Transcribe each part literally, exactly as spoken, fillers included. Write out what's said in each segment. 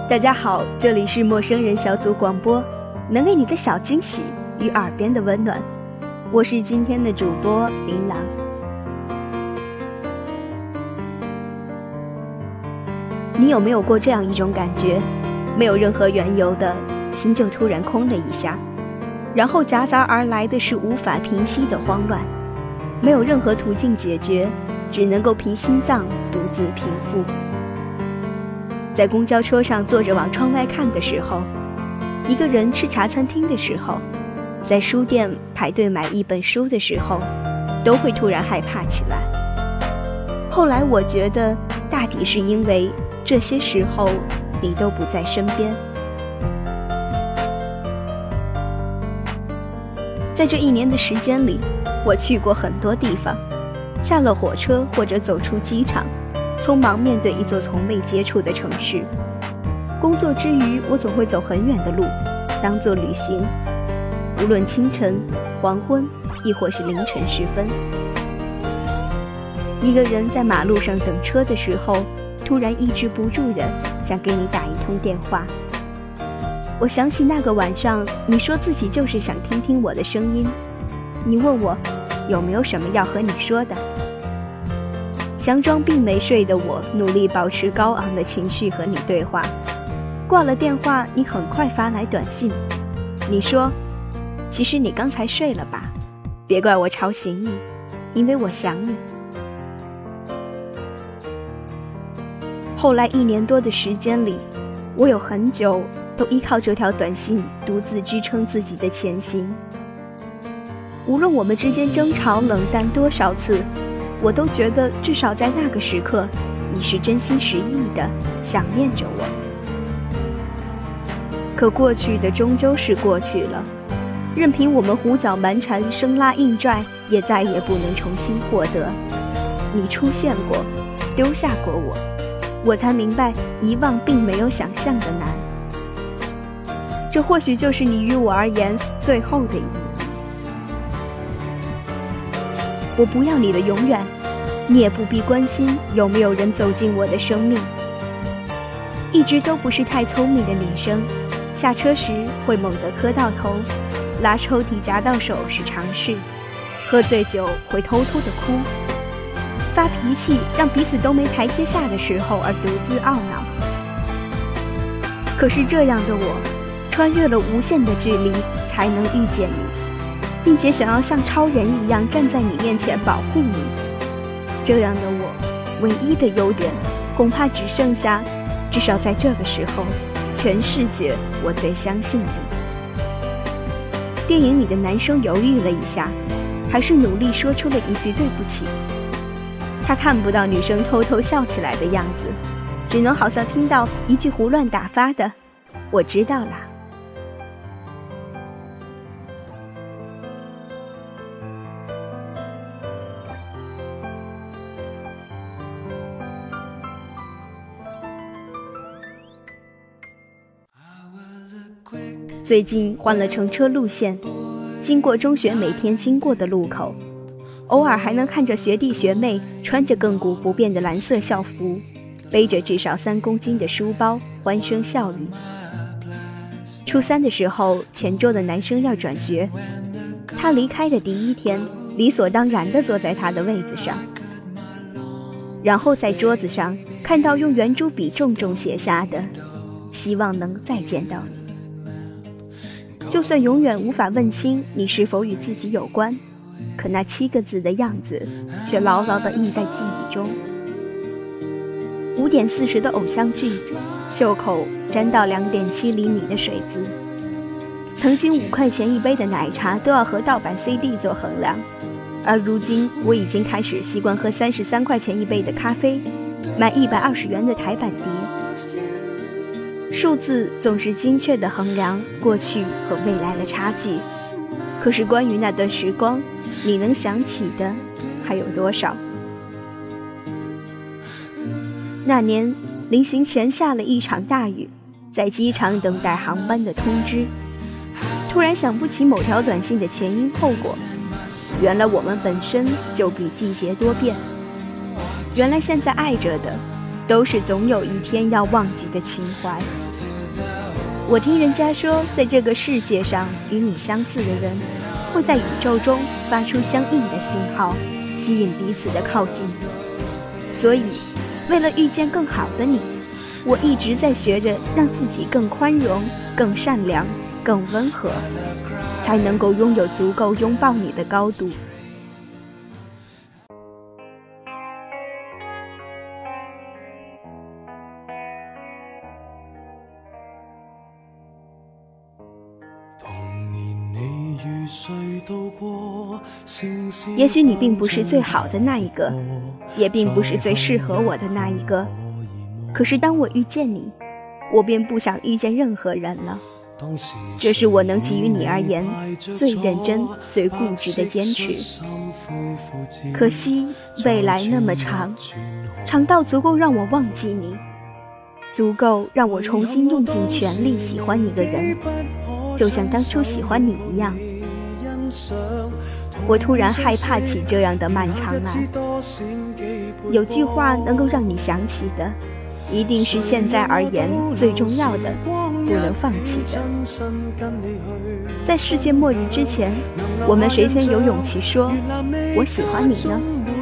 大家好，这里是陌生人小组广播，能给你的小惊喜与耳边的温暖。我是今天的主播琳琅。你有没有过这样一种感觉，没有任何缘由的心就突然空了一下，然后夹杂而来的是无法平息的慌乱，没有任何途径解决，只能够凭心脏独自平复。在公交车上坐着往窗外看的时候，一个人吃茶餐厅的时候，在书店排队买一本书的时候，都会突然害怕起来。后来我觉得大抵是因为这些时候你都不在身边。在这一年的时间里，我去过很多地方，下了火车或者走出机场，匆忙面对一座从未接触的城市。工作之余，我总会走很远的路，当作旅行，无论清晨、黄昏，亦或是凌晨时分。一个人在马路上等车的时候，突然抑制不住的想给你打一通电话。我想起那个晚上，你说自己就是想听听我的声音，你问我有没有什么要和你说的。佯装并没睡的我，努力保持高昂的情绪和你对话。挂了电话，你很快发来短信，你说其实你刚才睡了吧，别怪我吵醒你，因为我想你。后来一年多的时间里，我有很久都依靠这条短信独自支撑自己的前行。无论我们之间争吵冷淡多少次，我都觉得至少在那个时刻，你是真心实意的想念着我。可过去的终究是过去了，任凭我们胡搅蛮缠生拉硬拽，也再也不能重新获得。你出现过，丢下过我，我才明白遗忘并没有想象的难。这或许就是你与我而言最后的意义。我不要你的永远，你也不必关心有没有人走进我的生命。一直都不是太聪明的女生，下车时会猛地磕到头，拉抽屉夹到手是常事，喝醉酒会偷偷的哭，发脾气让彼此都没台阶下的时候而独自懊恼。可是这样的我，穿越了无限的距离才能遇见你，并且想要像超人一样站在你面前保护你。这样的我，唯一的优点恐怕只剩下，至少在这个时候，全世界我最相信你。电影里的男生犹豫了一下，还是努力说出了一句对不起。他看不到女生偷偷笑起来的样子，只能好像听到一句胡乱打发的我知道啦。最近换了乘车路线，经过中学每天经过的路口，偶尔还能看着学弟学妹穿着亘古不变的蓝色校服，背着至少三公斤的书包，欢声笑语。初三的时候，前桌的男生要转学，他离开的第一天，理所当然地坐在他的位子上，然后在桌子上看到用圆珠笔重重写下的希望能再见到你。就算永远无法问清你是否与自己有关，可那七个字的样子却牢牢地印在记忆中。五点四十的偶像剧，袖口沾到两点七厘米的水渍。曾经五块钱一杯的奶茶都要和盗版 C D 做衡量，而如今我已经开始习惯喝三十三块钱一杯的咖啡，买一百二十元的台版碟。数字总是精确地衡量过去和未来的差距，可是关于那段时光，你能想起的还有多少？那年临行前下了一场大雨，在机场等待航班的通知，突然想不起某条短信的前因后果。原来我们本身就比季节多变，原来现在爱着的都是总有一天要忘记的情怀。 我听人家说，在这个世界上，与你相似的人会在宇宙中发出相应的信号，吸引彼此的靠近。所以为了遇见更好的你，我一直在学着让自己更宽容、更善良、更温和，才能够拥有足够拥抱你的高度。也许你并不是最好的那一个，也并不是最适合我的那一个，可是当我遇见你，我便不想遇见任何人了。这是我能给予你而言最认真、最固执的坚持。可惜未来那么长，长到足够让我忘记你，足够让我重新用尽全力喜欢一个人，就像当初喜欢你一样。我突然害怕起这样的漫长来。有句话能够让你想起的，一定是现在而言最重要的，不能放弃的。在世界末日之前，我们谁先有勇气说我喜欢你呢？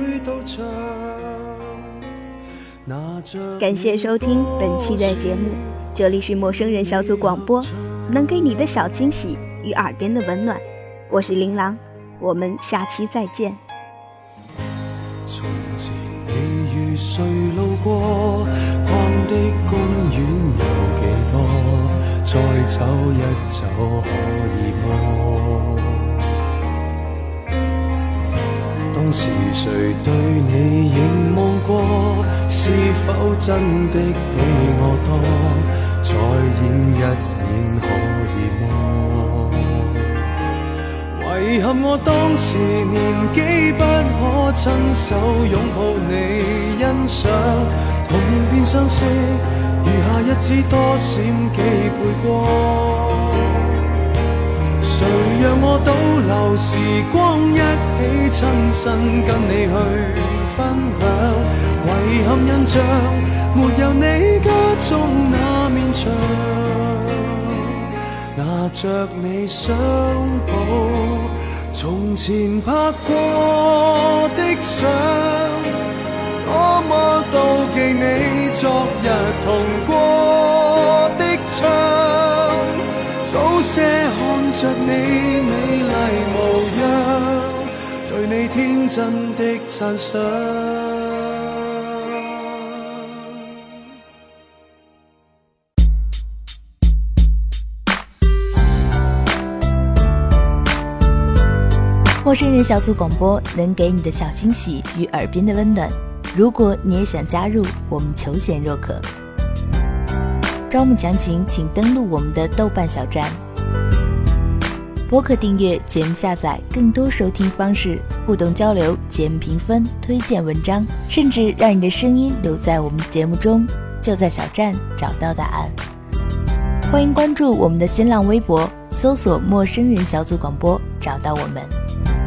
感谢收听本期的节目，这里是陌生人小组广播，能给你的小惊喜与耳边的温暖。我是琳琅，我们下期再见。 从前你与谁路过逛的公园有几多，再走一走可以麼？當時誰對你凝望過，是否真的比我多，再演一演可以麼？遺憾我當時年紀不可親手擁抱你欣賞，童年變相識，餘下日子多閃幾倍光。誰讓我倒流時光，一起親身跟你去分享？遺憾印象沒有你家中那面牆，拿着你相簿，從前拍過的相，多麼妒忌你昨日同過的窗，早些看着你美麗模樣，對你天真的讚賞。 陌生人小组广播能给你的小惊喜与耳边的温暖。如果你也想加入，我们求贤若渴。招募详情请登录我们的豆瓣小站。播客订阅、节目下载、更多收听方式、互动交流、节目评分、推荐文章，甚至让你的声音留在我们节目中，就在小站找到答案。欢迎关注我们的新浪微博，搜索陌生人小组广播，找到我们。